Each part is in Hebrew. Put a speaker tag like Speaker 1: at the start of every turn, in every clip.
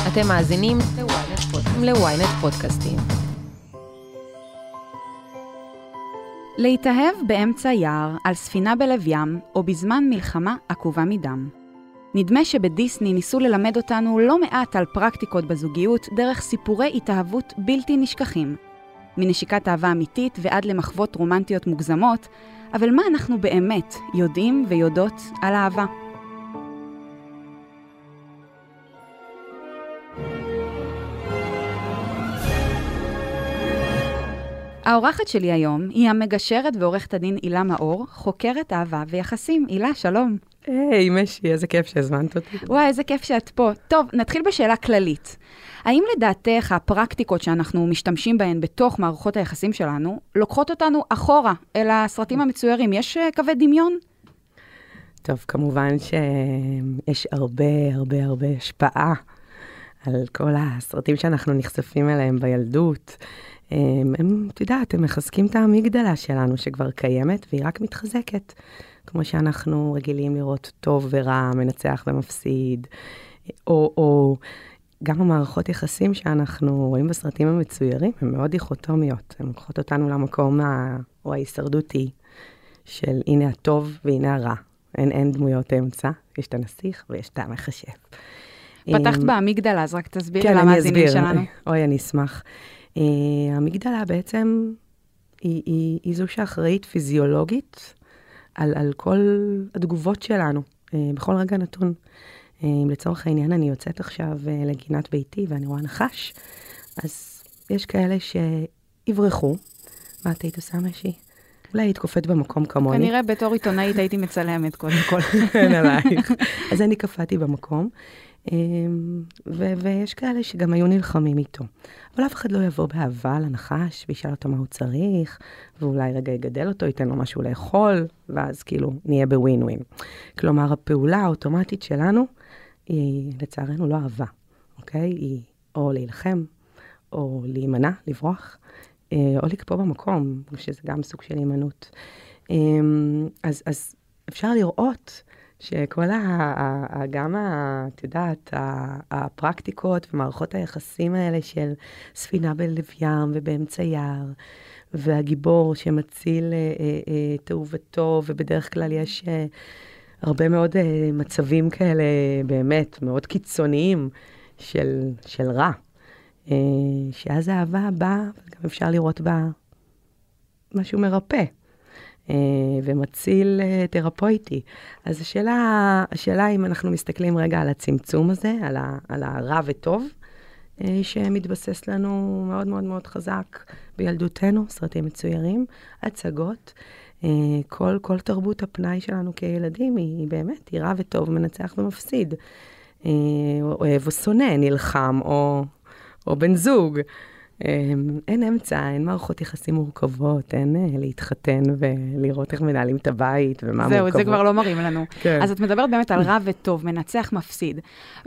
Speaker 1: אתם מאזינים ל-ynet פודקאסטים.
Speaker 2: להתאהב באמצע יער, על ספינה בלב ים, או בזמן מלחמה עקובה מדם. נדמה שבדיסני ניסו ללמד אותנו לא מעט על פרקטיקות בזוגיות דרך סיפורי התאהבות בלתי נשכחים. מנשיקת אהבה אמיתית ועד למחוות רומנטיות מוגזמות, אבל מה אנחנו באמת יודעים ויודעות על אהבה? האורחת שלי היום היא המגשרת ועורכת הדין הילה מאור, חוקרת אהבה ויחסים. הילה, שלום.
Speaker 3: היי, משי, איזה כיף שהזמנת אותי.
Speaker 2: וואי, איזה כיף שאת פה. טוב, נתחיל בשאלה כללית. האם לדעתך הפרקטיקות שאנחנו משתמשים בהן בתוך מערכות היחסים שלנו, לוקחות אותנו אחורה אל הסרטים המצוירים? יש קווי דמיון?
Speaker 3: טוב, כמובן שיש הרבה השפעה על כל הסרטים שאנחנו נחשפים אליהם בילדות. הם, את יודעת, הם מחזקים את האמיגדלה שלנו שכבר קיימת, והיא רק מתחזקת. כמו שאנחנו רגילים לראות טוב ורע, מנצח ומפסיד, או גם המערכות יחסים שאנחנו רואים בסרטים המצוירים, הן מאוד דיכוטומיות. הן לוקחות אותנו למקום או ההישרדותי של הנה הטוב והנה הרע. אין דמויות אמצע, יש את הנסיך ויש את המחשב.
Speaker 2: פתחת באמיגדלה, אז רק תסביר
Speaker 3: כן,
Speaker 2: למה הזינים שלנו.
Speaker 3: אוי, אני אשמח. המגדלה בעצם היא זו שאחראית פיזיולוגית על כל התגובות שלנו, בכל רגע נתון. לצורך העניין אני יוצאת עכשיו לגינת ביתי ואני רואה נחש, אז יש כאלה שיברחו. מה את היית עושה משהי? אולי היית קופאת במקום כמוני.
Speaker 2: כנראה בתור עיתונאית הייתי מצלמת קודם כל.
Speaker 3: אין עלייך. אז אני קפאתי במקום. ויש כאלה שגם היו נלחמים איתו. אבל אף אחד לא יבוא באהבה לנחש, וישאל אותו מה הוא צריך, ואולי רגע יגדל אותו, ייתן לו משהו לאכול, ואז כאילו נהיה בווין ווין. כלומר, הפעולה האוטומטית שלנו, היא לצערנו לא אהבה, אוקיי? היא או להילחם, או להימנע, לברוח, או לקפוא במקום, שזה גם סוג של הימנעות. אז אפשר לראות שכל גם, את יודעת, הפרקטיקות ומערכות היחסים האלה של ספינה בלב ים ובאמצע יער, והגיבור שמציל את אהובתו, ובדרך כלל יש הרבה מאוד מצבים כאלה באמת מאוד קיצוניים של רע, שאז האהבה באה, גם אפשר לראות בה משהו מרפא. ומציל תרפויטי. אז השאלה אם אנחנו מסתכלים רגע על הצמצום הזה, על הרע וטוב, שמתבסס לנו מאוד מאוד מאוד חזק בילדותנו, סרטים מצוירים, הצגות. כל תרבות הפנאי שלנו כילדים היא באמת, היא רע וטוב, מנצח ומפסיד. אוהב או שונא, נלחם או בן זוג. אין אמצע, אין מערכות יחסים מורכבות, אין להתחתן ולראות איך מנהלים את הבית ומה מורכבות.
Speaker 2: זהו, את זה כבר לא מראים לנו.
Speaker 3: כן.
Speaker 2: אז את מדברת באמת על רע וטוב, מנצח מפסיד.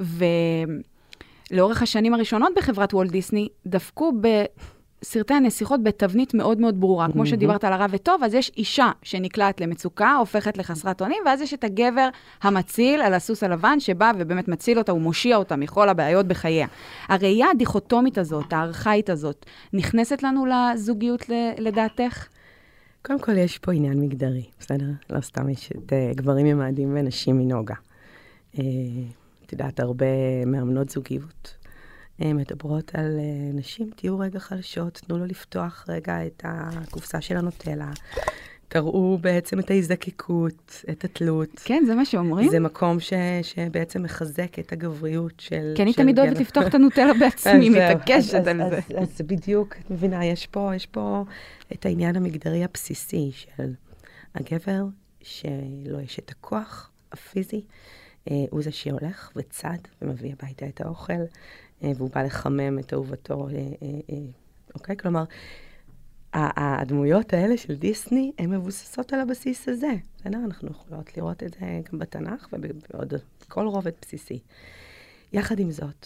Speaker 2: ולאורך השנים הראשונות בחברת וולט דיסני, דפקו בסרטי הנסיכות בתבנית מאוד מאוד ברורה. כמו שדיברת על הרע וטוב, אז יש אישה שנקלעת למצוקה, הופכת לחסרת אונים, ואז יש את הגבר המציל על הסוס הלבן, שבא ובאמת מציל אותה, הוא מושיע אותה מכל הבעיות בחייה. הראייה הדיכוטומית הזאת, הארכאית הזאת, נכנסת לנו לזוגיות לדעתך?
Speaker 3: קודם כל יש פה עניין מגדרי, בסדר? לא סתם יש את גברים ממאדים ונשים מנוגה. את יודעת, הרבה מאמנות זוגיות מדברות על נשים, תהיו רגע חלשות, תנו לו לפתוח רגע את הקופסה של הנוטלה, תראו בעצם את ההזדקקות, את התלות.
Speaker 2: כן, זה מה שאומרים.
Speaker 3: זה מקום שבעצם מחזק את הגבריות של...
Speaker 2: כן, אני תמיד אוהבת לפתוח את הנוטלה בעצמי, מתעקשת על זה.
Speaker 3: אז בדיוק, את מבינה, יש פה את העניין המגדרי הבסיסי של הגבר, שלא יש את הכוח הפיזי, הוא זה שהולך וצד ומביא הביתה את האוכל, והוא בא לחמם את אהובתו, אוקיי? כלומר, הדמויות האלה של דיסני, הן מבוססות על הבסיס הזה. אנחנו יכולות לראות את זה גם בתנ"ך ובעוד כל רובד בסיסי. יחד עם זאת,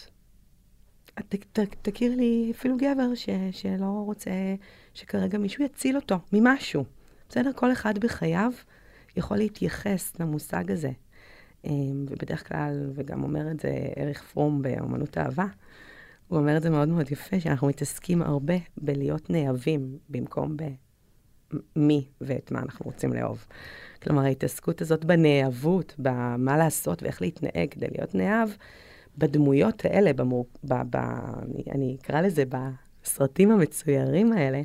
Speaker 3: תכיר לי אפילו גבר שלא רוצה שכרגע מישהו יציל אותו ממשהו. בסדר? כל אחד בחייו יכול להתייחס למושג הזה. ובדרך כלל, וגם אומר את זה אריך פרום באמנות אהבה, הוא אומר את זה מאוד מאוד יפה, שאנחנו מתעסקים הרבה בלהיות נאהבים, במקום במי ואת מה אנחנו רוצים לאהוב. כלומר, ההתעסקות הזאת בנאהבות, במה לעשות ואיך להתנהג כדי להיות נאהב, בדמויות האלה, אני אקרא לזה בסרטים המצוירים האלה,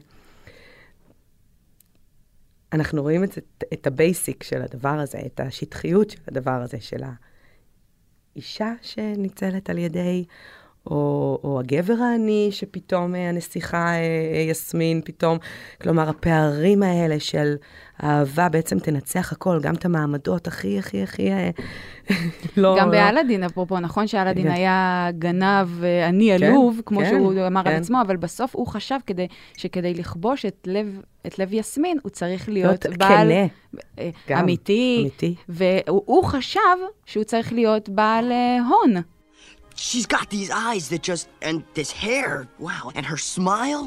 Speaker 3: אנחנו רואים את הבייסיק של הדבר הזה, את השטחיות של הדבר הזה, של האישה שניצלת על ידי, או הגבר העני שפתאום הנסיכה יסמין, פתאום, כלומר, הפערים האלה של האהבה בעצם תנצח הכל, גם את המעמדות הכי, לא...
Speaker 2: גם באלאדין, אפרופו, נכון שאלאדין היה גנב עני עלוב, כמו שהוא אמר על עצמו, אבל בסוף הוא חשב שכדי לכבוש את לב יסמין, הוא צריך להיות בעל אמיתי, והוא חשב שהוא צריך להיות בעל הון.
Speaker 4: She's got these eyes that just, and this hair, wow, and her smile.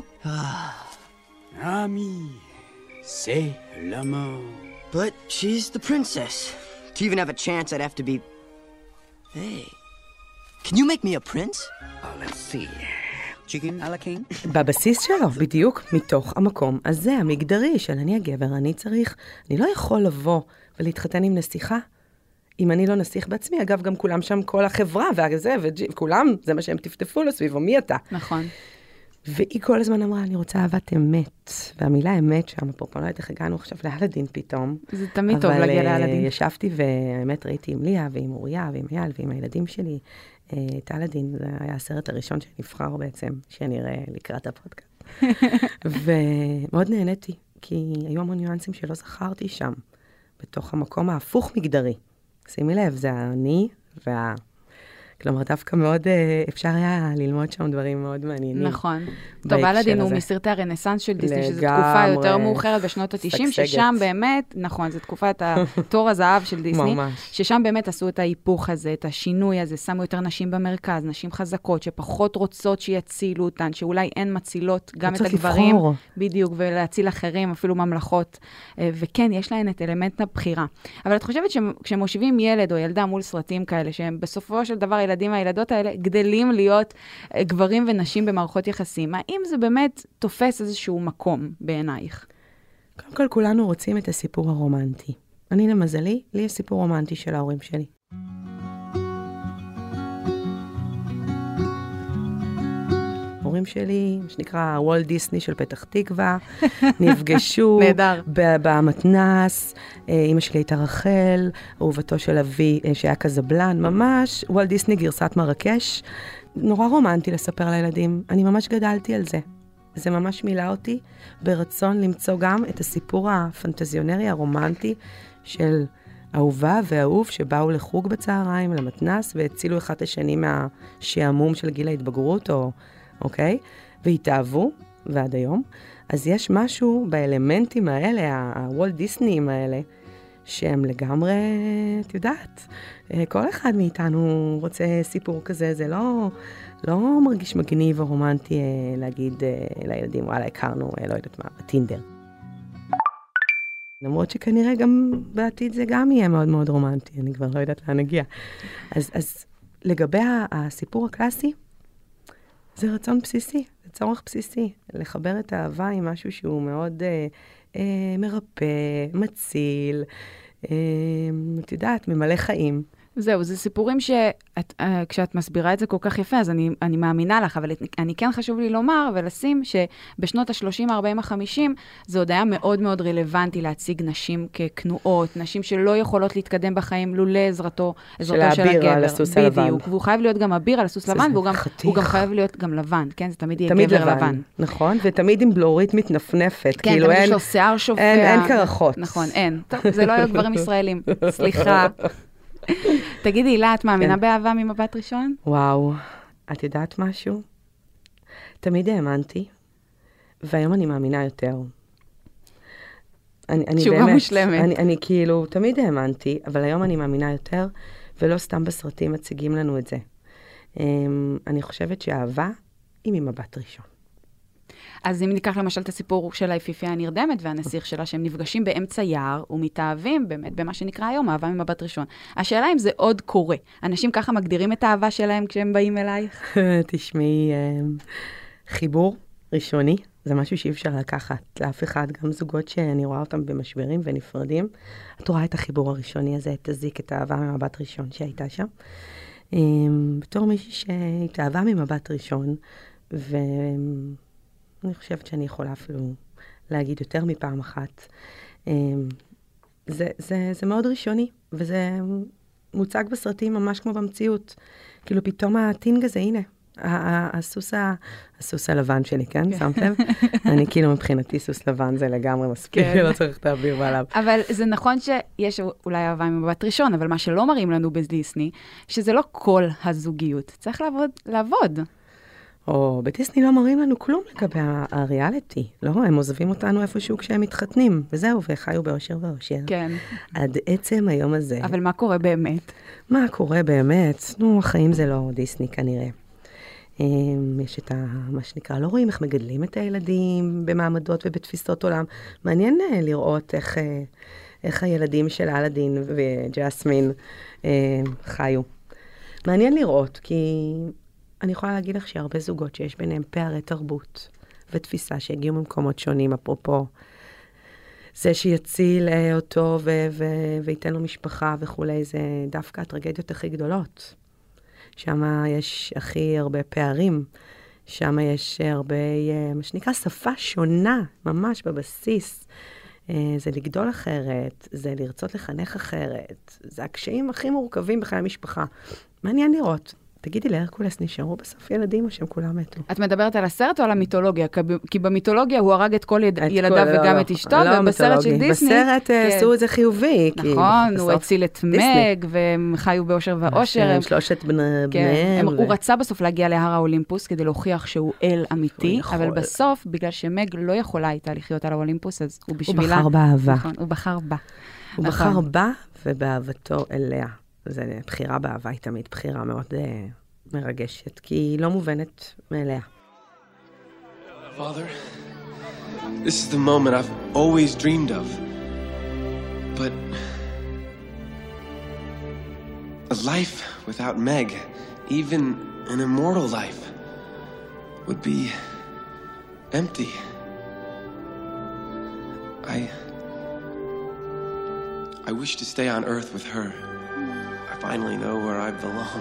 Speaker 5: Ami, c'est l'amour.
Speaker 4: But she's the princess. To even have a chance, I'd have to be... Hey, can you make me a prince?
Speaker 5: Let's see. Chicken a la king?
Speaker 3: בבסיס שלו, בדיוק מתוך המקום הזה, המגדרי, של אני הגבר, אני לא יכול לבוא ולהתחתן עם נסיכה, אם אני לא נסיך בעצמי. אגב, גם כולם שם, כל החברה, וכולם, זה מה שהם תפתפו לסביבו, מי אתה?
Speaker 2: נכון.
Speaker 3: והיא כל הזמן אמרה, אני רוצה אהבת אמת. והמילה אמת שם, אפרופו, לא יודעת איך הגענו עכשיו לאלאדין פתאום.
Speaker 2: זה תמיד טוב להגיע לאלאדין.
Speaker 3: אבל ישבתי והאמת ראיתי עם ליה ועם אוריה ועם אייל ועם הילדים שלי. את אלאדין, זה היה הסרט הראשון שנבחר בעצם, שנראה לקראת הפודקאסט. ומאוד נהניתי, כי היו המון ניואנסים שלא זכרתי שם, בתוך המקום ההפוך מגדרי. שימי לב, זה אני כלומר, דווקא מאוד אפשר היה ללמוד שם דברים מאוד מעניינים.
Speaker 2: נכון. טוב, אלאדין הוא מסרטי הרנסנס של דיסני, שזו תקופה יותר מאוחרת בשנות ה-90, ששם באמת, נכון, זו תקופת תור הזהב של דיסני, ששם באמת עשו את ההיפוך הזה, את השינוי הזה, שמו יותר נשים במרכז, נשים חזקות, שפחות רוצות שיצילו אותן, שאולי אין מצילות גם את הגברים, בדיוק, ולהציל אחרים, אפילו ממלכות, וכן, יש להן את אלמנט הבחירה. אבל את חושבת שכשמושיבים ילד או ילדה מול סרטים כאלה, שהם בסופו של דבר הילדים והילדות האלה גדלים להיות גברים ונשים במערכות יחסים. האם זה באמת תופס איזשהו מקום בעינייך?
Speaker 3: קודם כל, כולנו רוצים את הסיפור הרומנטי. אני למזלי, לי יש סיפור רומנטי של ההורים שלי. ההורים שלי, מה שנקרא וולט דיסני של פתח תקווה, נפגשו במתנס, אמא שלי הייתה רחל, אהובתו של אבי שהיה קזבלן, ממש וולט דיסני גרסת מרקש, נורא רומנטי לספר לילדים, אני ממש גדלתי על זה. זה ממש מילא אותי ברצון למצוא גם את הסיפור הפנטזיונרי הרומנטי של אהובה ואהוב שבאו לחוג בצהריים, למתנס, והצילו אחד השני מהשעמום של גיל ההתבגרות, אוקיי? והתאהבו, ועד היום. אז יש משהו באלמנטים האלה, הוולט דיסניים האלה, שהם לגמרי, את יודעת, כל אחד מאיתנו רוצה סיפור כזה, זה לא מרגיש מגניב או רומנטי להגיד לילדים, וואלה, הכרנו, לא יודעת מה, בטינדר. למרות שכנראה גם בעתיד זה גם יהיה מאוד מאוד רומנטי, אני כבר לא יודעת לאן נגיע. אז לגבי הסיפור הקלאסי, זה רצון בסיסי, זה צורך בסיסי, לחבר את האהבה עם משהו שהוא מאוד מרפא, מציל, את יודעת, ממלא חיים.
Speaker 2: זהו, זה סיפורים שכשאת מסבירה את זה כל כך יפה, אז אני מאמינה לך, אבל אני כן חשוב לי לומר ולשים שבשנות ה-30, 40, 50, זה עוד היה מאוד מאוד רלוונטי להציג נשים ככנועות, נשים שלא יכולות להתקדם בחיים לולא עזרתו של הגבר. של האביר על הסוס הלבן. בדיוק, והוא חייב להיות גם אביר על הסוס לבן, והוא גם חייב להיות גם לבן, כן? זה תמיד יהיה גבר לבן.
Speaker 3: נכון, ותמיד עם בלורית מתנפנפת.
Speaker 2: כן, תמיד יש לו שיער שופע.
Speaker 3: אין קרחות.
Speaker 2: נכון, אין. טוב, זה לא היו גברים ישראלים. סליחה. תגידי, הילה, את מאמינה באהבה ממבט ראשון?
Speaker 3: וואו, את יודעת משהו? תמיד האמנתי, והיום אני מאמינה יותר.
Speaker 2: תשובה מושלמת.
Speaker 3: אני כאילו, תמיד האמנתי, אבל היום אני מאמינה יותר, ולא סתם בסרטים מציגים לנו את זה. אני חושבת שהאהבה היא ממבט ראשון.
Speaker 2: אז אם ניקח למשל את הסיפור של היפיפייה הנרדמת והנסיך שלה, שהם נפגשים באמצע יער ומתאהבים באמת במה שנקרא היום, אהבה ממבט ראשון. השאלה אם זה עוד קורה. אנשים ככה מגדירים את האהבה שלהם כשהם באים אלייך?
Speaker 3: תשמעי, חיבור ראשוני, זה משהו שאי אפשר לקחת לאף אחד, גם זוגות שאני רואה אותם במשברים ונפרדים. את רואה את החיבור הראשוני הזה, תזיק את האהבה ממבט ראשון שהייתה שם. בתור מישהי שהתאהבה ממבט ראשון, ואני חושבת שאני יכולה אפילו להגיד יותר מפעם אחת. זה מאוד ראשוני, וזה מוצג בסרטים ממש כמו במציאות. כאילו פתאום הטינג הזה, הנה, הסוס הלבן שלי, כן? שמתם? אני כאילו מבחינתי סוס לבן זה לגמרי מספיק, לא צריך להעביר בעליו.
Speaker 2: אבל זה נכון שיש אולי אהבה ממבט ראשון, אבל מה שלא מראים לנו בדיסני, שזה לא כל הזוגיות. צריך לעבוד.
Speaker 3: או בדיסני לא מראים לנו כלום לגבי הריאליטי. לא, הם עוזבים אותנו איפשהו כשהם מתחתנים, וזהו, וחיו באושר ואושר.
Speaker 2: כן.
Speaker 3: עד עצם היום הזה.
Speaker 2: אבל מה קורה באמת?
Speaker 3: מה קורה באמת? נו, החיים זה לא דיסני כנראה. יש את מה שנקרא, לא רואים איך מגדלים את הילדים במעמדות ובתפיסות עולם. מעניין לראות איך הילדים של אלאדין וג'סמין חיו. מעניין לראות, כי אני יכולה להגיד לך שהרבה זוגות שיש ביניהם פערי תרבות ותפיסה שהגיעו ממקומות שונים, אפרופו זה שיציל אותו וייתן לו משפחה וכולי, זה דווקא הטרגדיות הכי גדולות. שם יש הכי הרבה פערים, שם יש הרבה, מה שנקרא, שפה שונה, ממש בבסיס. זה לגדול אחרת, זה לרצות לחנך אחרת, זה הקשיים הכי מורכבים בחיי המשפחה. מעניין לראות. תגידי, להרקולס נשארו בסוף ילדים או שהם כולם מתו?
Speaker 2: את מדברת על הסרט או על המיתולוגיה? כי במיתולוגיה הוא הרג את כל ילדיו וגם את אשתו, ובסרט של דיסני...
Speaker 3: בסרט עשו את זה חיובי.
Speaker 2: נכון, הוא הציל את מג, והם חיו באושר ואושר.
Speaker 3: הם שלושת בניהם.
Speaker 2: הוא רצה בסוף להגיע להר האולימפוס, כדי להוכיח שהוא אל אמיתי, אבל בסוף, בגלל שמג לא יכולה הייתה לחיות על האולימפוס, אז הוא בשבילה...
Speaker 3: הוא בחר באהבה.
Speaker 2: הוא בחר בה.
Speaker 3: הוא בחר בה ובאהבתו אליה. זה בחירה באהבה, היא תמיד בחירה מאוד מרגשת, כי היא לא מובנת מאליה.
Speaker 6: Father, this is the moment I've always dreamed of. But a life without Meg, even an immortal life, would be empty. I wish to stay on Earth with her. I finally know where I belong.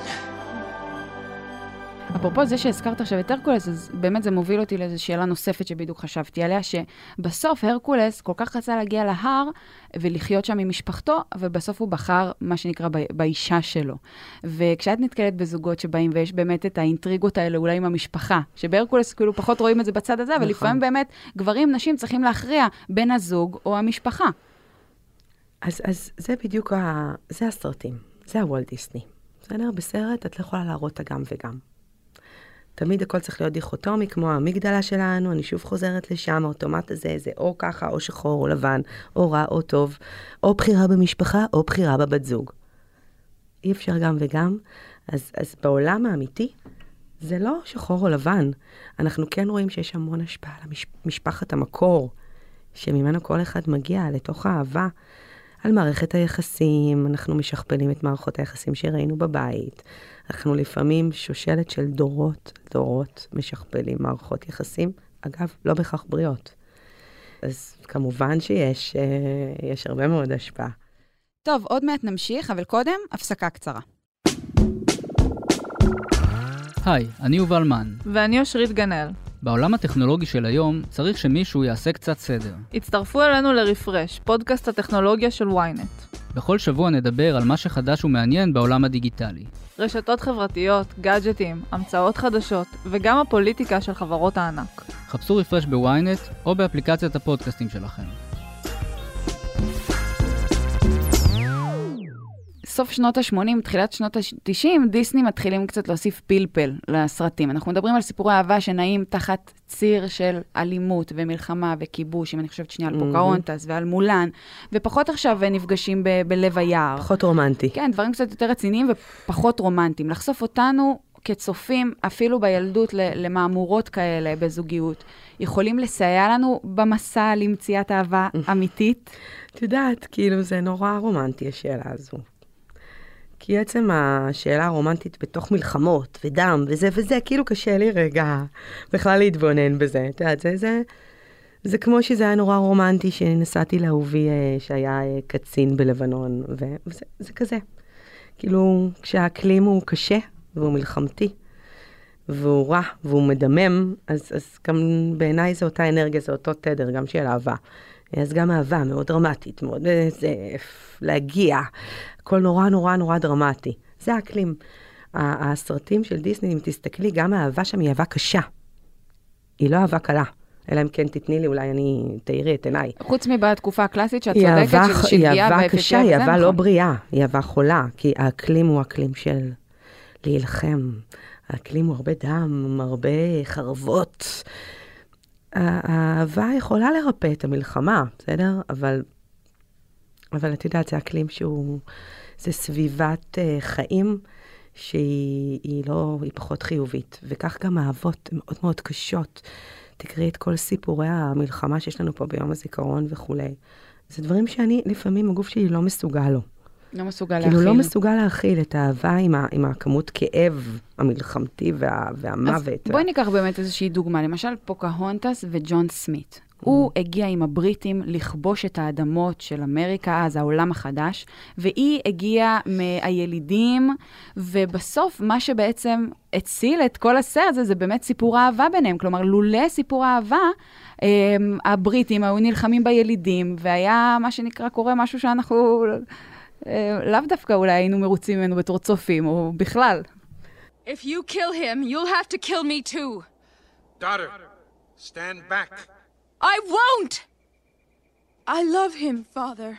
Speaker 2: אפרופו זה שהזכרת עכשיו את הרקולס, אז באמת זה מוביל אותי לאיזו שאלה נוספת שבדיוק חשבתי עליה, שבסוף הרקולס כל כך רצה להגיע להר ולחיות שם עם משפחתו, ובסוף הוא בחר מה שנקרא באישה שלו. וכשאת נתקלת בזוגות שבאים ויש באמת את האינטריגות האלה אולי עם המשפחה, שבהרקולס כאילו פחות רואים את זה בצד הזה, אבל לפעמים באמת גברים, נשים צריכים להכריע בין הזוג או המשפחה.
Speaker 3: אז זה בדיוק, זה הסרטים, זה הוולט דיסני. בסדר, בסרט את לא יכולה להראות הגם וגם. תמיד הכל צריך להיות דיכוטומי, כמו המגדלה שלנו, אני שוב חוזרת לשם, האוטומט הזה, זה או ככה, או שחור, או לבן, או רע, או טוב, או בחירה במשפחה, או בחירה בבת זוג. אי אפשר גם וגם. אז בעולם האמיתי, זה לא שחור או לבן. אנחנו כן רואים שיש המון השפעה על משפחת המקור, שממנו כל אחד מגיע לתוך האהבה, על מערכת היחסים, אנחנו משכפלים את מערכות היחסים שראינו בבית. אנחנו לפעמים שושלת של דורות משכפלים מערכות יחסים, אגב, לא בכך בריאות. אז כמובן שיש הרבה מאוד השפעה.
Speaker 2: טוב, עוד מעט נמשיך, אבל קודם, הפסקה קצרה.
Speaker 7: היי, אני יובל מן.
Speaker 8: ואני אושרית גנאל.
Speaker 7: בעולם הטכנולוגי של היום צריך שמישהו יעשה קצת סדר.
Speaker 8: הצטרפו אלינו לרפרש, פודקאסט הטכנולוגיה של ynet.
Speaker 7: בכל שבוע נדבר על מה שחדש ומעניין בעולם הדיגיטלי.
Speaker 8: רשתות חברתיות, גאדג'טים, המצאות חדשות, וגם הפוליטיקה של חברות הענק.
Speaker 7: חפשו רפרש בוויינט או באפליקציית הפודקאסטים שלכם.
Speaker 2: סוף שנות ה-80, תחילת שנות ה-90, דיסני מתחילים קצת להוסיף פלפל לסרטים. אנחנו מדברים על סיפורי אהבה שנעים תחת ציר של אלימות ומלחמה וכיבוש, אם אני חושבת שנייה על פוקהונטס ועל מולן, ופחות עכשיו נפגשים בלב היער.
Speaker 3: פחות רומנטי.
Speaker 2: כן, דברים קצת יותר רציניים ופחות רומנטיים. לחשוף אותנו כצופים, אפילו בילדות למאמורות כאלה בזוגיות, יכולים לסייע לנו במסע למציאת אהבה אמיתית?
Speaker 3: את יודעת, כאילו זה נורא רומנטי השאלה הזו. כי עצם השאלה הרומנטית בתוך מלחמות ודם וזה, כאילו קשה לי רגע בכלל להתבונן בזה. את יודעת, זה כמו שזה היה נורא רומנטי שנסעתי לאהובי שהיה קצין בלבנון, וזה כזה. כאילו, כשהאקלים הוא קשה והוא מלחמתי, והוא רע והוא מדמם, אז גם בעיניי זה אותה אנרגיה, זה אותו תדר, גם של אהבה. אז גם אהבה מאוד דרמטית, מאוד להגיע, הכל נורא נורא נורא דרמטי. זה האקלים. הסרטים של דיסני, אם תסתכלי, גם האהבה שם היא אהבה קשה. היא לא אהבה קלה. אלא אם כן תתני לי, אולי אני תאירי את עיניי.
Speaker 2: חוץ מבתקופה הקלאסית שאת צודקת, שזה שגיאה
Speaker 3: היא אהבה קשה, היא אהבה לא בריאה, היא אהבה חולה, כי האקלים הוא אקלים של להילחם. האקלים הוא הרבה דם, הרבה חרבות. האהבה יכולה לרפא את המלחמה, בסדר? אבל את יודעת, זה אקלים שהוא, זה סביבת חיים שהיא לא, היא פחות חיובית. וכך גם האהבות מאוד מאוד קשות. תקראי את כל סיפורי המלחמה שיש לנו פה ביום הזיכרון וכולי. זה דברים שאני, לפעמים הגוף שלי לא מסוגל לו.
Speaker 2: לא מסוגל להכיל.
Speaker 3: כאילו לא מסוגל להכיל את האהבה עם הכמות כאב המלחמתי והמוות.
Speaker 2: אז בואי ניקח באמת איזושהי דוגמה. למשל, פוקהונטס וג'ון סמית. הוא הגיע עם הבריטים לכבוש את האדמות של אמריקה, אז העולם החדש, והיא הגיעה מהילידים, ובסוף מה שבעצם הציל את כל הסרט הזה, זה באמת סיפור האהבה ביניהם. כלומר, לולא סיפור האהבה, הבריטים היו נלחמים בילידים, והיה מה שנקרא קורה משהו שאנחנו לאו דווקא אולי היינו מרוצים ממנו בתור צופים, או בכלל.
Speaker 9: If you kill him, you'll have to kill me too.
Speaker 10: Daughter, stand back.
Speaker 9: I won't! I love him, father.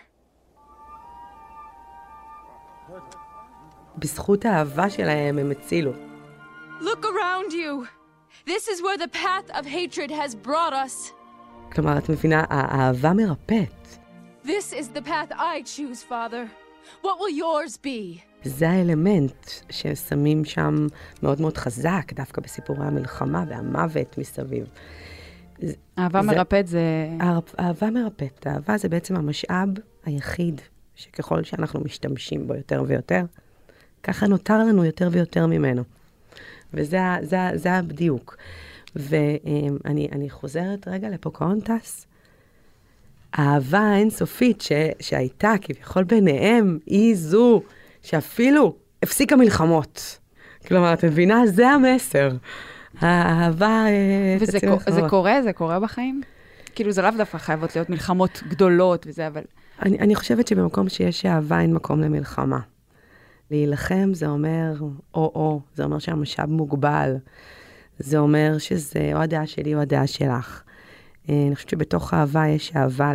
Speaker 3: בזכות האהבה שלהם הם הצילו.
Speaker 9: Look around you. This is where the path of hatred has brought us.
Speaker 3: כלומר, את מבינה, האהבה מרפאת.
Speaker 9: This is the path I choose, father. What will yours be?
Speaker 3: זה האלמנט ששמים שם מאוד מאוד חזק, דווקא בסיפורי המלחמה והמוות מסביב.
Speaker 2: אהבה מרפאת זה...
Speaker 3: אהבה מרפאת. אהבה זה בעצם המשאב היחיד שככל שאנחנו משתמשים בו יותר ויותר, ככה נותר לנו יותר ויותר ממנו. וזה הבדיוק. ואני חוזרת רגע לפוקהונטס. האהבה האינסופית שהייתה כביכול ביניהם, היא זו שאפילו הפסיקה מלחמות. כלומר, את מבינה? זה המסר. האהבה...
Speaker 2: וזה קורה בחיים? כאילו, זה לאו דווקא חייבות להיות מלחמות גדולות וזה, אבל...
Speaker 3: אני חושבת שבמקום שיש אהבה, אין מקום למלחמה. להילחם זה אומר, זה אומר שהמשאב מוגבל. זה אומר שזה או הדעה שלי או הדעה שלך. אני חושבת שבתוך האהבה יש אהבה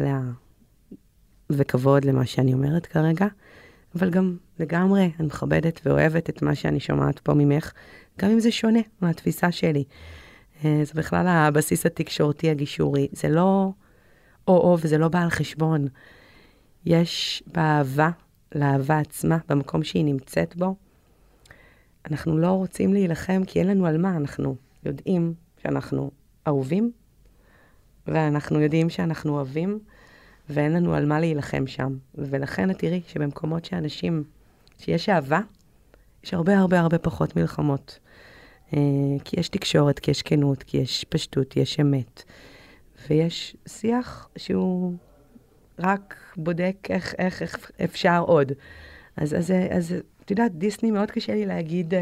Speaker 3: וכבוד למה שאני אומרת כרגע, אבל גם לגמרי אני מכבדת ואוהבת את מה שאני שומעת פה ממך, גם אם זה שונה מהתפיסה שלי. זה בכלל הבסיס התקשורתי הגישורי. זה לא או וזה לא בא על חשבון. יש באהבה, לאהבה עצמה, במקום שהיא נמצאת בו. אנחנו לא רוצים להילחם כי אין לנו על מה. אנחנו יודעים שאנחנו אהובים, ואנחנו יודעים שאנחנו אוהבים, ואין לנו על מה להילחם שם. ולכן תראי שבמקומות שאנשים, שיש אהבה, יש הרבה הרבה הרבה פחות מלחמות. כי יש תקשורת, כי יש כנות, כי יש פשטות, יש אמת. ויש שיח שהוא רק בודק איך אפשר עוד. אז את יודעת, דיסני מאוד קשה לי להגיד,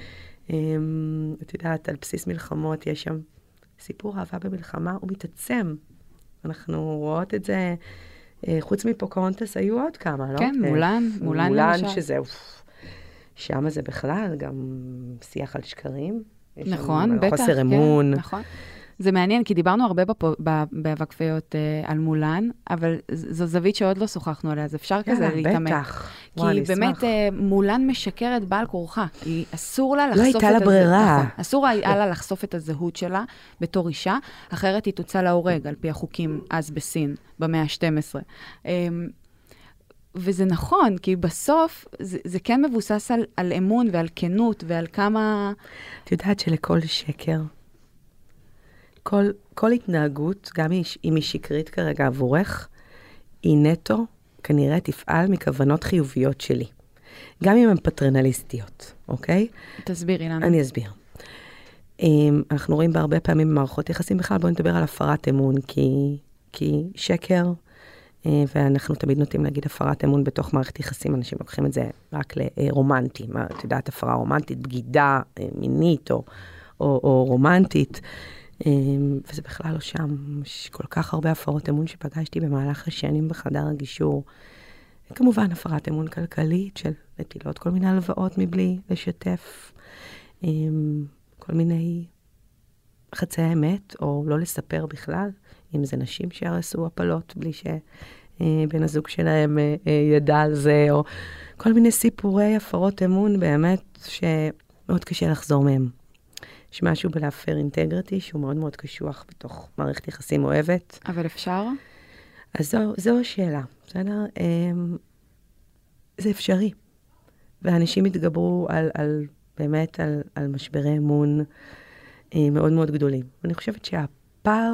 Speaker 3: את יודעת, על בסיס מלחמות, יש שם סיפור אהבה במלחמה, הוא מתעצם. אנחנו רואות את זה, חוץ מפוקהונטס היו עוד כמה, לא?
Speaker 2: כן, מולן
Speaker 3: מולן שזה, שם זה בכלל גם שיח על שקרים.
Speaker 2: נכון, בטח.
Speaker 3: חוסר אמון.
Speaker 2: נכון. זה מעניין, כי דיברנו הרבה בווקפיות על מולן, אבל זו זווית שעוד לא שוחחנו עליה, אז אפשר כזה להתאמן.
Speaker 3: בטח.
Speaker 2: כי באמת מולן משקרת בעל כורחה. אסור לה
Speaker 3: לחשוף את הזהות. לא הייתה לה ברירה.
Speaker 2: אסור היה לה לחשוף את הזהות שלה בתור אישה, אחרת היא תוצא להורג, על פי החוקים אז בסין, במאה ה-12. וזה נכון, כי בסוף זה כן מבוסס על אמון ועל כנות ועל כמה...
Speaker 3: את יודעת שלכל שקר, כל התנהגות, גם אם היא שקרית כרגע עבורך, היא נטו כנראה תפעל מכוונות חיוביות שלי. גם אם הן פטרנליסטיות, אוקיי?
Speaker 2: תסבירי לנו.
Speaker 3: אני אסביר. אנחנו רואים בהרבה פעמים במערכות יחסים בכלל, בואו נדבר על הפרת אמון, כי שקר, ואנחנו תמיד נוטים להגיד הפרת אמון בתוך מערכת יחסים, אנשים לוקחים את זה רק לרומנטי, את יודעת, הפרה רומנטית, בגידה מינית או רומנטית, וזה בכלל לא שם. יש כל כך הרבה הפרות אמון שפגשתי במהלך השנים בחדר הגישור. כמובן, הפרת אמון כלכלית של נטילות כל מיני הלוואות מבלי לשתף, כל מיני חצי האמת, או לא לספר בכלל, אם זה נשים שירסו הפלות בלי שבן הזוג שלהם ידע על זה, או כל מיני סיפורי הפרות אמון באמת שמאוד קשה לחזור מהם. יש משהו בלהפר אינטגריטי שהוא מאוד מאוד קשוח בתוך מערכת יחסים אוהבת.
Speaker 2: אבל אפשר?
Speaker 3: אז זו השאלה, בסדר? זה אפשרי. ואנשים התגברו באמת על משברי אמון מאוד מאוד גדולים. אני חושבת שהפער,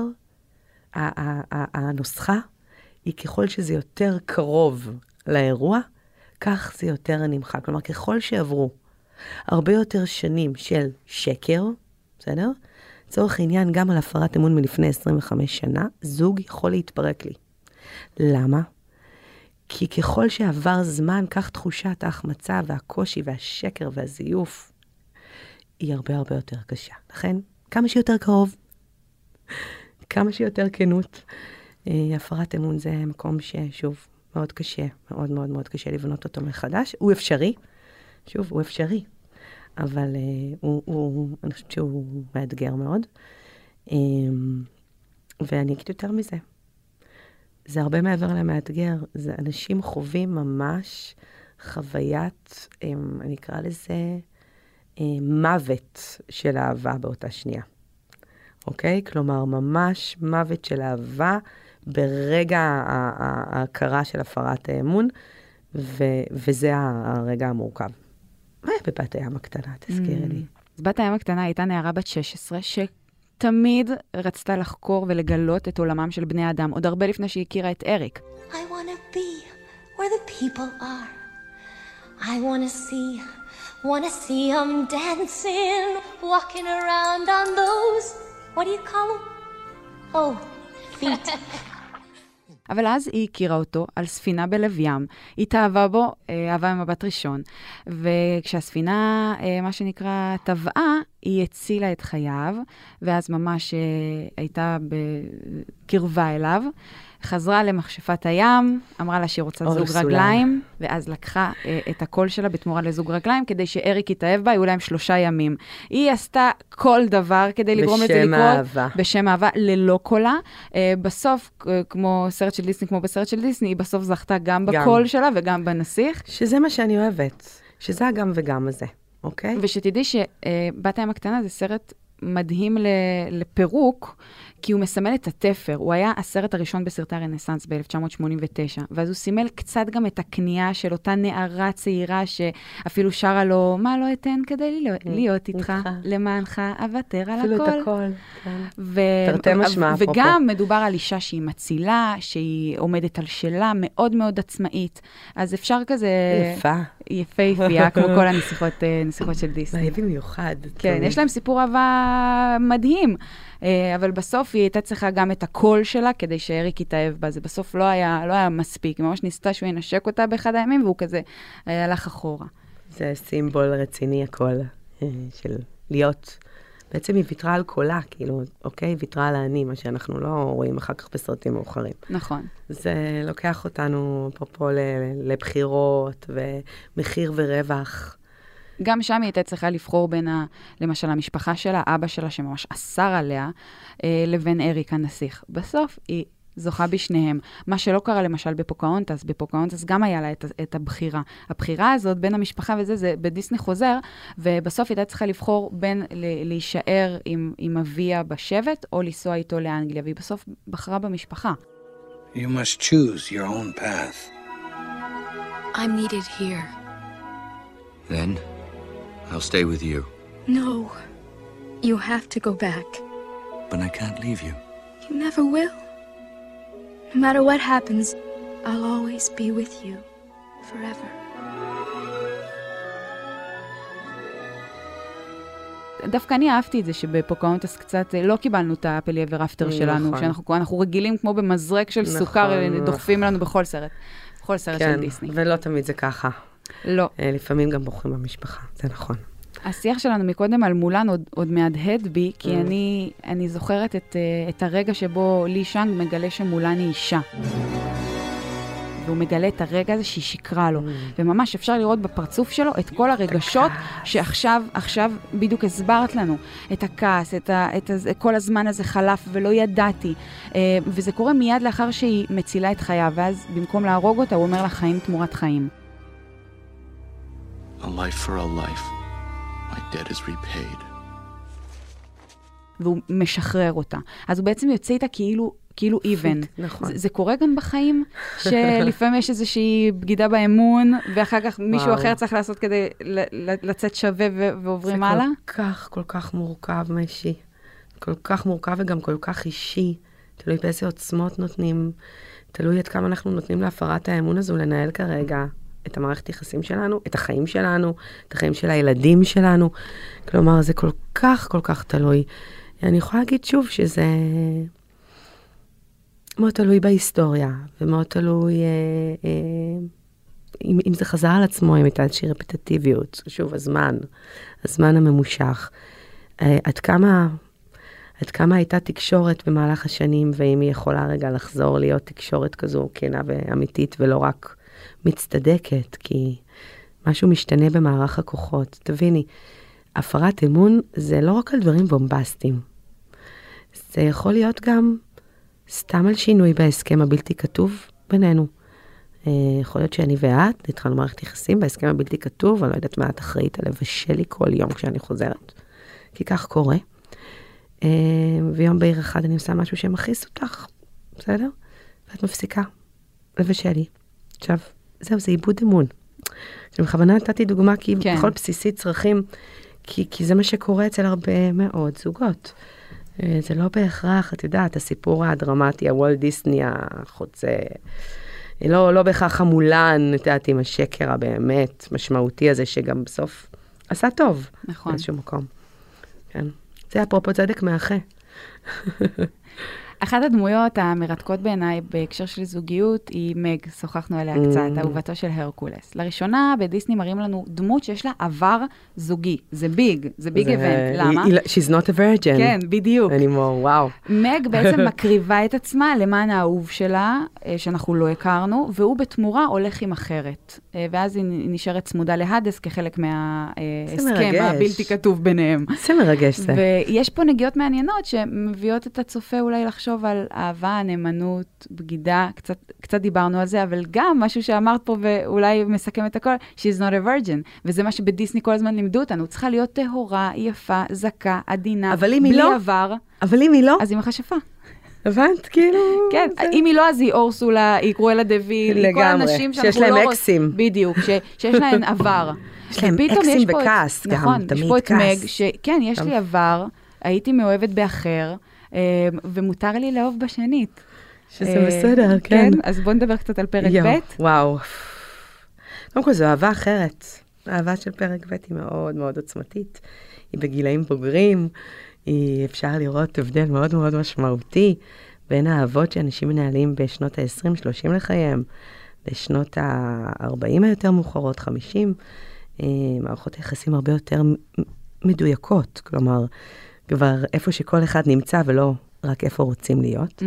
Speaker 3: הנוסחה, היא ככל שזה יותר קרוב לאירוע, כך זה יותר נמחק. כלומר, ככל שעברו הרבה יותר שנים של שקר, בסדר? צורך העניין גם על הפרת אמון מלפני 25 שנה, זוג יכול להתפרק לי. למה? כי ככל שעבר זמן, כך תחושת ההחמצה והקושי והשקר והזיוף היא הרבה הרבה יותר קשה. לכן, כמה שיותר קרוב, כמה שיותר כנות, הפרת אמון זה מקום ששוב, מאוד קשה, מאוד מאוד מאוד קשה לבנות אותו מחדש. הוא אפשרי, שוב, הוא אפשרי, אבל אני חושבת שהוא מאתגר מאוד. ואני אגיד יותר מזה. זה הרבה מעבר למאתגר, זה אנשים חווים ממש חוויית, אני אקרא לזה, מוות של אהבה באותה שנייה. אוקיי? כלומר, ממש מוות של אהבה ברגע ההכרה של הפרת האמון, וזה הרגע המורכב. מה היה בבת הים הקטנה? תזכירי לי.
Speaker 2: בת הים הקטנה הייתה נערה בת 16, תמיד רצתה לחקור ולגלות את עולמם של בני אדם, עוד הרבה לפני שהיא הכירה את אריק.
Speaker 11: I want to be where the people are. I want to see them dancing, walking around on those, what do you call them? Oh, feet.
Speaker 2: אבל אז היא הכירה אותו על ספינה בלב ים. היא תאהבה בו, אהבה ממבט ראשון. וכשהספינה, מה שנקרא, טבעה, היא הצילה את חייו, ואז ממש הייתה בקרבה אליו. חזרה למכשפת הים, אמרה לה שהיא רוצה זוג רגליים, ואז לקחה את הקול שלה בתמורה לזוג רגליים, כדי שאריק יתאהב בה, היו להם 3 ימים. היא עשתה כל דבר כדי לגרום לזה לקרות. בשם אהבה, ללא קולה. בסוף, כמו בסרט של דיסני, היא בסוף זכתה גם בקול שלה וגם בנסיך.
Speaker 3: שזה מה שאני אוהבת. שזה הגם וגם הזה, אוקיי?
Speaker 2: ושתדעי שבת הים הקטנה זה סרט מדהים לפירוק, כי הוא מסמל את התפר. הוא היה הסרט הראשון בסרטי הרנסנס ב-1989, ואז הוא סימל קצת גם את הקנייה של אותה נערה צעירה שאפילו שרה לו, מה לא אתן כדי להיות איתך, למענך, אוותר על הכל.
Speaker 3: אפילו את הכל. תרתי משמע, אפרופו.
Speaker 2: וגם מדובר על אישה שהיא מצילה, שהיא עומדת על שלה, מאוד מאוד עצמאית. אז אפשר כזה... יפהפייה, כמו כל הנסיכות של דיסני.
Speaker 3: מה, במיוחד.
Speaker 2: כן, יש להם סיפור אהבה מדהים. אבל בסוף היא הייתה צריכה גם את הקול שלה, כדי שאריק יתאהב בה. זה בסוף לא היה מספיק. ממש ניסתה שהוא ינשק אותה באחד הימים, והוא כזה הלך אחורה.
Speaker 3: זה סימבול רציני הקול, של להיות... בעצם היא ויתרה על קולה, כאילו, אוקיי? ויתרה על העני, מה שאנחנו לא רואים אחר כך בסרטים מאוחרים.
Speaker 2: נכון.
Speaker 3: זה לוקח אותנו פה לבחירות, ומחיר ורווח.
Speaker 2: גם שם היא הייתה צריכה לבחור בין, למשל, המשפחה שלה, אבא שלה שממש אסר עליה, לבין אריק הנסיך. בסוף היא זוכה בשניהם. מה שלא קרה למשל בפוקהונטס גם היה לה את הבחירה. הבחירה הזאת בין המשפחה וזה, זה בדיסני חוזר, ובסוף היא הייתה צריכה לבחור בין להישאר עם אביה בשבט, או לנסוע איתו לאנגליה, והיא בסוף בחרה במשפחה.
Speaker 10: You must choose your own path.
Speaker 9: I'm needed here.
Speaker 5: Then, I'll stay with you.
Speaker 9: No. You have to go back.
Speaker 5: But I can't leave you.
Speaker 9: You never will. No matter what happens, I'll always be with you. Forever.
Speaker 2: דווקא אני אהבתי את זה שבפוקהונטס קצת לא קיבלנו את האפלי אבר אפטר שלנו, שאנחנו רגילים כמו במזרק של סוכר, דוחפים לנו בכל סרט של דיסני.
Speaker 3: ולא תמיד זה ככה.
Speaker 2: לא.
Speaker 3: לפעמים גם בוחרים במשפחה, זה נכון.
Speaker 2: השיח שלנו מקודם על מולן עוד מהדהד בי, כי אני זוכרת את הרגע שבו לי שאנג מגלה שמולן היא אישה. והוא מגלה את הרגע הזה שהיא שקרה לו. וממש אפשר לראות בפרצוף שלו את כל הרגשות שעכשיו בדיוק הסברת לנו. את הכעס, כל הזמן הזה חלף ולא ידעתי. וזה קורה מיד לאחר שהיא מצילה את חייו, ואז במקום להרוג אותה, הוא אומר לה חיים תמורת חיים.
Speaker 6: A life for a life. My debt is repaid.
Speaker 2: והוא משחרר אותה. אז הוא בעצם יוצא איתה כאילו איבן.
Speaker 3: נכון.
Speaker 2: זה קורה גם בחיים, שלפעמים יש איזושהי בגידה באמון, ואחר כך מישהו אחר צריך לעשות כדי לצאת שווה ועוברים הלאה?
Speaker 3: זה כל כך מורכב, משי. כל כך מורכב וגם כל כך אישי. תלוי באיזה עוצמות נותנים, תלוי עד כמה אנחנו נותנים להפרת האמון הזו לנהל כרגע את המערכת יחסים שלנו, את החיים שלנו, את החיים של הילדים שלנו. כלומר, זה כל כך תלוי. אני יכולה להגיד שוב שזה מאוד תלוי בהיסטוריה, ומאוד תלוי אם זה חזר על עצמו, אם הייתה איזושהי רפטטיביות. שוב, הזמן הממושך. עד כמה הייתה תקשורת במהלך השנים, ואם היא יכולה רגע לחזור להיות תקשורת כזו כנה ואמיתית, ולא רק מצטדקת, כי משהו משתנה במערך הכוחות. תביני, הפרת אמון זה לא רק על דברים בומבסטיים. זה יכול להיות גם סתם על שינוי בהסכם הבלתי כתוב בינינו. יכול להיות שאני ואת, התחלנו מערכת יחסים בהסכם הבלתי כתוב, אני לא יודעת מה את אחראית על לבשל לי כל יום כשאני חוזרת. כי כך קורה. ויום בהיר אחד אני עושה משהו שמכעיס אותך, בסדר? ואת מפסיקה לבשל לי. עכשיו, זהו, זה איבוד אמון. בכוונה נתתי דוגמה, כי בכל בסיסי צרכים, כי זה מה שקורה אצל הרבה מאוד זוגות. זה לא בהכרח, את יודעת, הסיפור הדרמטי, הוולט דיסני החוצה, לא בהכרח המולן, את יודעת, עם השקר הבאמת משמעותי הזה, שגם בסוף עשה טוב.
Speaker 2: נכון.
Speaker 3: באיזשהו מקום. כן. זה אפרופו צדק מאחה.
Speaker 2: אחת הדמויות המרתקות בעיניי בהקשר של זוגיות היא מג, שוחחנו עליה קצת, אהובתו של הרקולס. לראשונה בדיסני מראים לנו דמות שיש לה עבר זוגי. זה ביג איבנט. למה?
Speaker 3: She's not a virgin.
Speaker 2: כן, בדיוק.
Speaker 3: anymore, וואו.
Speaker 2: מג בעצם מקריבה את עצמה למען האהוב שלה, שאנחנו לא הכרנו, והוא בתמורה הולך עם אחרת. ואז היא נשארת צמודה להדס כחלק מההסכם הבלתי כתוב ביניהם.
Speaker 3: זה מרגש זה.
Speaker 2: ויש פה נגיעות מעניינות שמביאות את הצופה אולי לחשוב על אהבה, נאמנות, בגידה, קצת דיברנו על זה, אבל גם משהו שאמרת פה ואולי מסכם את הכל, she's not a virgin, וזה מה שבדיסני כל הזמן לימדו אותנו, צריכה להיות טהורה, יפה, זקה, עדינה, בלי עבר.
Speaker 3: אבל אם היא לא?
Speaker 2: אז היא מחשפה.
Speaker 3: הבנת, כאילו?
Speaker 2: כן, אם היא לא, אז היא אורסולה, היא קרואלה דוויל, היא כל האנשים
Speaker 3: שיש להם אקסים.
Speaker 2: בדיוק, שיש להם עבר.
Speaker 3: יש להם אקסים בכעס, גם,
Speaker 2: נכון,
Speaker 3: תמיד
Speaker 2: יש פה את
Speaker 3: כעס.
Speaker 2: מג, שכן, יש לי עבר, הייתי מאוהבת באחר, ומותר לי לאהוב בשנית.
Speaker 3: שזה בסדר, כן.
Speaker 2: אז בוא נדבר קצת על פרק ב'.
Speaker 3: וואו. קודם כל, זו אהבה אחרת. האהבה של פרק ב' היא מאוד מאוד עוצמתית. היא בגילאים בוגרים, אפשר לראות הבדל מאוד מאוד משמעותי בין האהבות שאנשים מנהלים בשנות ה-20-30 לחייהם, לשנות ה-40 היותר מאוחרות, 50, מערכות היחסים הרבה יותר מדויקות, כלומר, כבר איפה שכל אחד נמצא ולא רק איפה רוצים להיות.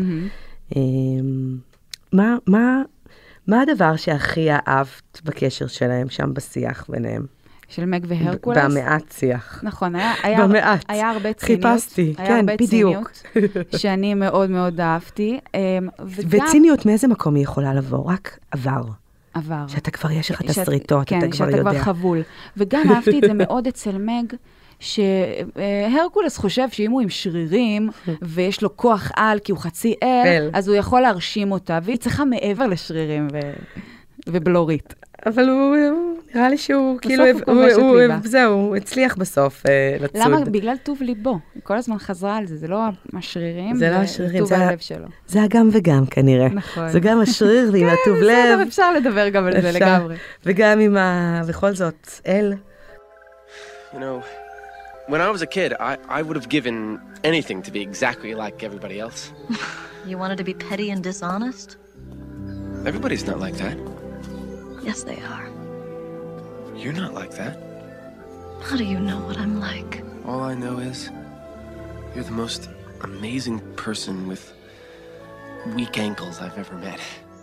Speaker 3: מה הדבר שהכי אהבת בקשר שלהם שם בשיח ביניהם?
Speaker 2: של מג והרקולס?
Speaker 3: במעט שיח.
Speaker 2: נכון, היה הרבה ציניות.
Speaker 3: חיפשתי, כן, בדיוק.
Speaker 2: שאני מאוד מאוד אהבתי.
Speaker 3: וציניות מאיזה מקום היא יכולה לבוא? רק עבר.
Speaker 2: עבר.
Speaker 3: שאתה כבר יש לך תסריטות, אתה כבר יודע.
Speaker 2: כן, שאתה כבר חבול. וגם אהבתי את זה מאוד אצל מג, שהרקולס חושב שאם הוא עם שרירים, ויש לו כוח על, כי הוא חצי אל, אז הוא יכול להרשים אותה, והיא צריכה מעבר לשרירים ובלורית.
Speaker 3: אבל הוא נראה לי שהוא, כאילו,
Speaker 2: הוא כובש את ליבה.
Speaker 3: זהו, הוא הצליח בסוף לצוד.
Speaker 2: למה? בגלל טוב ליבו. היא כל הזמן חזרה על זה, זה לא השרירים,
Speaker 3: זה לא השרירים,
Speaker 2: טוב הלב שלו.
Speaker 3: זה הגם וגם כנראה.
Speaker 2: נכון.
Speaker 3: זה גם השריר ועם הטוב לב.
Speaker 2: בסדר, אפשר לדבר גם על זה לגמרי.
Speaker 3: וגם עם בכל זאת, אל.
Speaker 6: You know, when I was a kid, I would have given anything to be exactly like everybody else.
Speaker 11: You wanted to be petty and dishonest?
Speaker 6: Everybody's not like that.
Speaker 11: Yes, they are.
Speaker 6: You're not like that.
Speaker 11: How do you know what I'm like?
Speaker 6: All I know is you're the most amazing person with weak ankles I've ever met.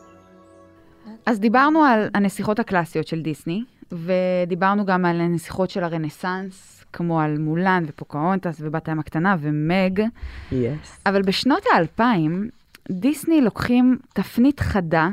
Speaker 2: אז דיברנו על הנסיכות הקלאסיות של דיסני, ודיברנו גם על הנסיכות של הרנסנס, כמו על מולן ופוקהונטס ובת הים הקטנה ומג.
Speaker 3: Yes.
Speaker 2: אבל בשנות ה-2000, דיסני לוקחים תפנית חדה,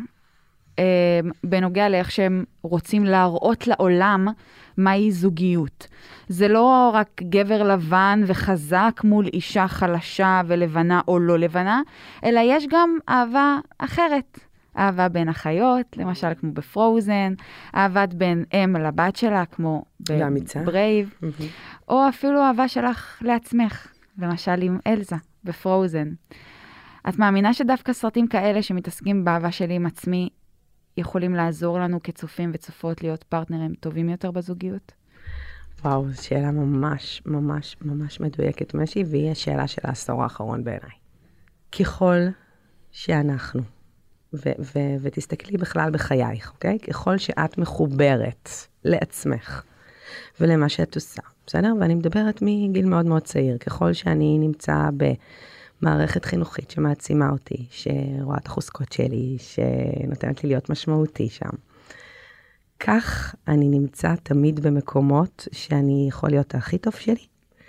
Speaker 2: בנוגע לאיך שהם רוצים להראות לעולם מהי זוגיות. זה לא רק גבר לבן וחזק מול אישה חלשה ולבנה או לא לבנה, אלא יש גם אהבה אחרת. אהבה בין החיות, למשל כמו בפרוזן, אהבת בין אם לבת שלה, כמו בברייב, או אפילו אהבה שלך לעצמך, למשל עם אלזה, בפרוזן. את מאמינה שדווקא סרטים כאלה שמתעסקים באהבה שלי עם עצמי, יכולים לעזור לנו כצופים וצופות להיות פרטנרים טובים יותר בזוגיות?
Speaker 3: וואו, זו שאלה ממש, ממש, ממש מדויקת משהי, והיא השאלה של העשור האחרון בעיניי. ככל שאנחנו, ותסתכלי בכלל בחייך, אוקיי? ככל שאת מחוברת לעצמך ולמה שאת עושה, בסדר? ואני מדברת מגיל מאוד מאוד צעיר, ככל שאני נמצא במערכת חינוכית שמעצימה אותי, שרואה את החוזקות שלי, שנותנת לי להיות משמעותי שם. כך אני נמצא תמיד במקומות שאני יכול להיות הכי טוב שלי.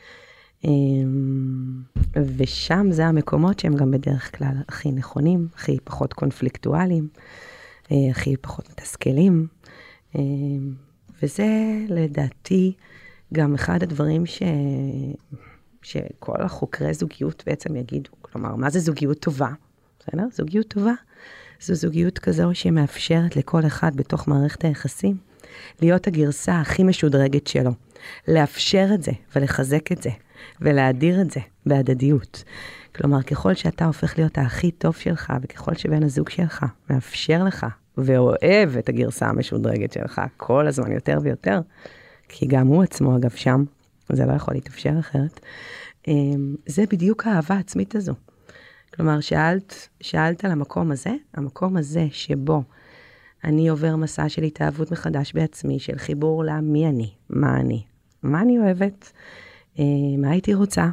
Speaker 3: ושם זה המקומות שהם גם בדרך כלל הכי נכונים, הכי פחות קונפליקטואליים, הכי פחות מתסכלים. וזה לדעתי גם אחד הדברים שכל החוקרי זוגיות בעצם יגידו. כלומר, מה זה זוגיות טובה? בסדר? זוגיות טובה זו זוגיות כזו שמאפשרת לכל אחד בתוך מערכת היחסים להיות הגרסה הכי משודרגת שלו. לאפשר את זה ולחזק את זה ולהדיר את זה בהדדיות. כלומר, ככל שאתה הופך להיות הכי טוב שלך, וככל שבן הזוג שלך מאפשר לך ואוהב את הגרסה המשודרגת שלך כל הזמן יותר ויותר, כי גם הוא עצמו אגב שם, זה לא יכול להתאפשר אחרת, זה בדיוק האהבה העצמית הזו. כלומר, שאלת על המקום הזה שבו אני עובר מסע של התאהבות מחדש בעצמי, של חיבור למי אני, מה אני אוהבת, מה הייתי רוצה,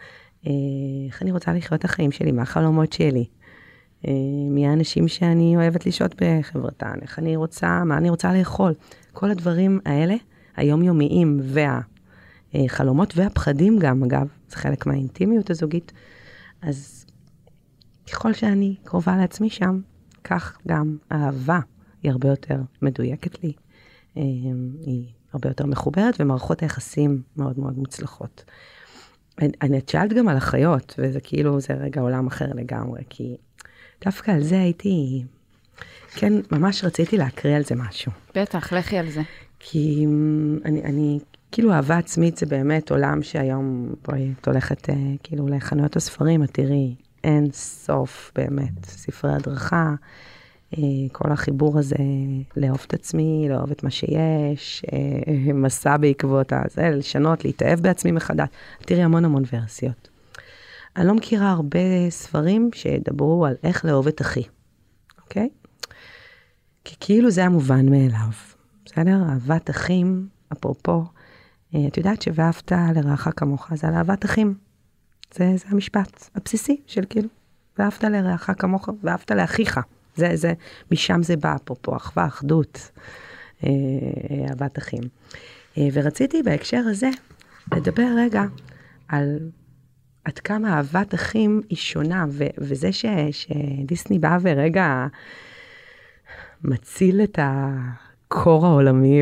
Speaker 3: איך אני רוצה לחיות את החיים שלי, מה החלומות שלי, מי האנשים שאני אוהבת לשהות בחברתן, מה אני רוצה לאכול. כל הדברים האלה, היומיומיים והחלומות והפחדים גם, אגב, זה חלק מהאינטימיות הזוגית, אז ככל שאני קרובה לעצמי שם, כך גם האהבה היא הרבה יותר מדויקת לי, היא הרבה יותר מחוברת, ומערכות היחסים מאוד מאוד מוצלחות. אני שאלת גם על החיות, וזה כאילו, זה רגע עולם אחר לגמרי, כי דווקא על זה הייתי, כן, ממש רציתי להקריא על זה משהו.
Speaker 2: בטח, לכי על זה.
Speaker 3: כי אני כאילו, אהבה עצמית זה באמת עולם שהיום, בואי, את הולכת כאילו לחנויות הספרים, את תראי, אין סוף באמת, ספרי הדרכה, כל החיבור הזה, לאהוב את עצמי, לאהוב את מה שיש, מסע בעקבות הזה, לשנות, להתאהב בעצמי מחדש. תראי המון ורסיות. אני לא מכירה הרבה ספרים שידברו על איך לאהוב את אחי, אוקיי? כי כאילו זה המובן מאליו, בסדר? אהבת אחים, אפרופו, את יודעת שאהבת לרעך כמוך, זה על אהבת אחים. זה המשפט הבסיסי של כאילו, ואהבת לרעך כמוך, ואהבת לאחיך. משם זה בא, אפרופו, אחווה, אחדות, אהבת אחים. ורציתי בהקשר הזה לדבר רגע על עד כמה אהבת אחים היא שונה, וזה שדיסני בא ורגע מציל את הקור העולמי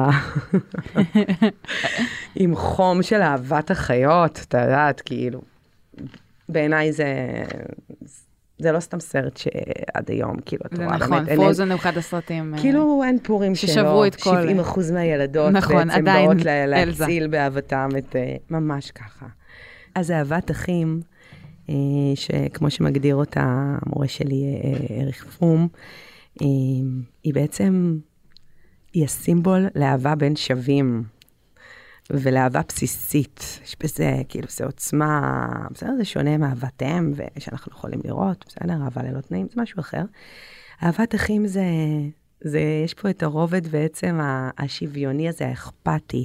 Speaker 3: עם חום של אהבת החיות, אתה יודעת, כאילו, בעיניי זה זה לא סתם סרט שעד היום, כאילו, את רואה
Speaker 2: באמת. נכון, פרוזן הוא אחד הסרטים.
Speaker 3: כאילו אין פורים שלו, 70% מהילדות בעצם באות להציל באהבתם את ממש ככה. אז אהבת אחים, שכמו שמגדיר אותה המורה שלי, אריך פרום, היא בעצם, היא הסימבול לאהבה בין שווים, ולאהבה בסיסית. יש בזה, כאילו, זה עוצמה, בסדר, זה שונה מאהבת אם, ושאנחנו יכולים לראות, בסדר, אהבה ללא תנאים, זה משהו אחר. אהבת אחים זה, יש פה את הרובד בעצם השוויוני הזה, האכפתי,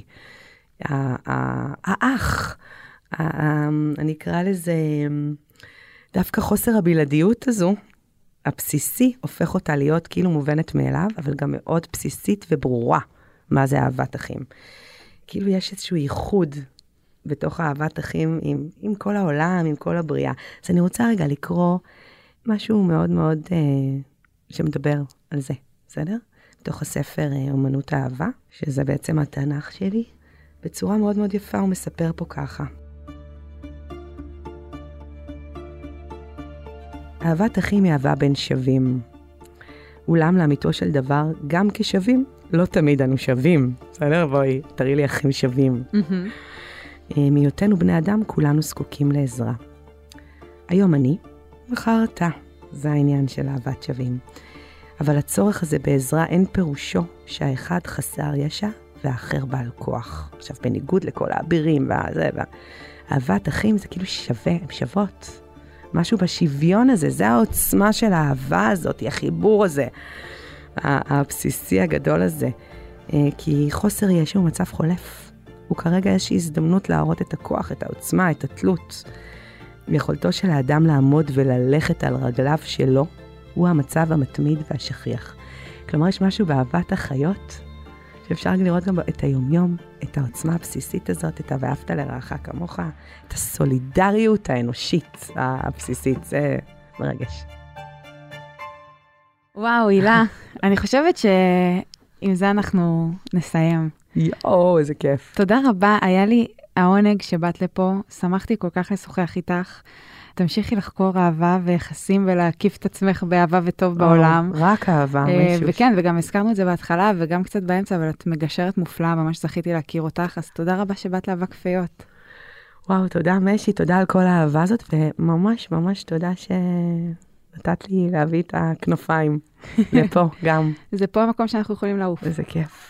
Speaker 3: האח, אני אקרא לזה, דווקא חוסר הבלעדיות הזו, הבסיסי, הופך אותה להיות כאילו מובנת מאליו, אבל גם מאוד בסיסית וברורה, מה זה אהבת אחים. כאילו יש איזשהו ייחוד בתוך אהבת אחים עם כל העולם, עם כל הבריאה. אז אני רוצה רגע לקרוא משהו מאוד מאוד שמדבר על זה, בסדר? בתוך הספר אומנות האהבה, שזה בעצם התנ"ך שלי, בצורה מאוד מאוד יפה הוא מספר פה ככה. אהבת אחים היא אהבה בין שווים. אולם לאמיתו של דבר, גם כשווים, לא תמיד אנו שווים. בסדר? בואי, תראי לי אחים שווים. מהיותנו בני אדם, כולנו זקוקים לעזרה. היום אני, מחר אתה. זה העניין של אהבת שווים. אבל הצורך הזה בעזרה אין פירושו שהאחד חסר ישע והאחר בעל כוח. עכשיו, בניגוד לכל האבירים אהבת אחים זה כאילו שווה, הם שוות. משהו בשוויון הזה, זה העוצמה של האהבה הזאת, החיבור הזה, הבסיסי הגדול הזה. כי חוסר ישע הוא מצב חולף. הוא כרגע איזושהי הזדמנות להראות את הכוח, את העוצמה, את התלות. יכולתו של האדם לעמוד וללכת על רגליו שלו, הוא המצב המתמיד והשכיח. כלומר, יש משהו באהבת החיות, שאפשר לראות גם את היומיום, את העוצמה הבסיסית הזאת, את ואהבת לרעך כמוך, את הסולידריות האנושית הבסיסית, זה מרגש.
Speaker 2: וואו, הילה, אני חושבת שעם זה אנחנו נסיים.
Speaker 3: יואו, איזה כיף.
Speaker 2: תודה רבה, היה לי העונג שבאת לפה, שמחתי כל כך לשוחח איתך. תמשיכי לחקור אהבה ויחסים ולהקיף את עצמך באהבה וטוב בעולם.
Speaker 3: רק אהבה, משהו.
Speaker 2: וכן, וגם הזכרנו את זה בהתחלה וגם קצת באמצע, אבל את מגשרת מופלאה, ממש זכיתי להכיר אותך, אז תודה רבה שבאת לאהבה כפיות.
Speaker 3: וואו, תודה משי, תודה על כל האהבה הזאת, וממש ממש תודה שנתת לי להביא את הכנפיים לפה גם.
Speaker 2: זה פה המקום שאנחנו יכולים לעוף.
Speaker 3: איזה כיף.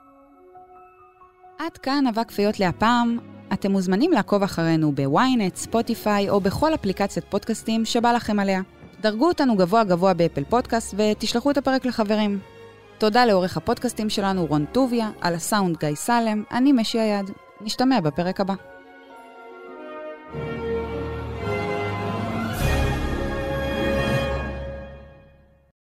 Speaker 2: עד כאן אהבה כפיות להפעם. אתם מוזמנים לעקוב אחרינו בוויינט, ספוטיפיי או בכל אפליקציית פודקאסטים שבא לכם עליה. דרגו אותנו גבוה גבוה באפל פודקאסט ותשלחו את הפרק לחברים. תודה לעורך הפודקאסטים שלנו רון טוביה, על הסאונד גיא סלם, אני משי היד. נשתמע בפרק הבא.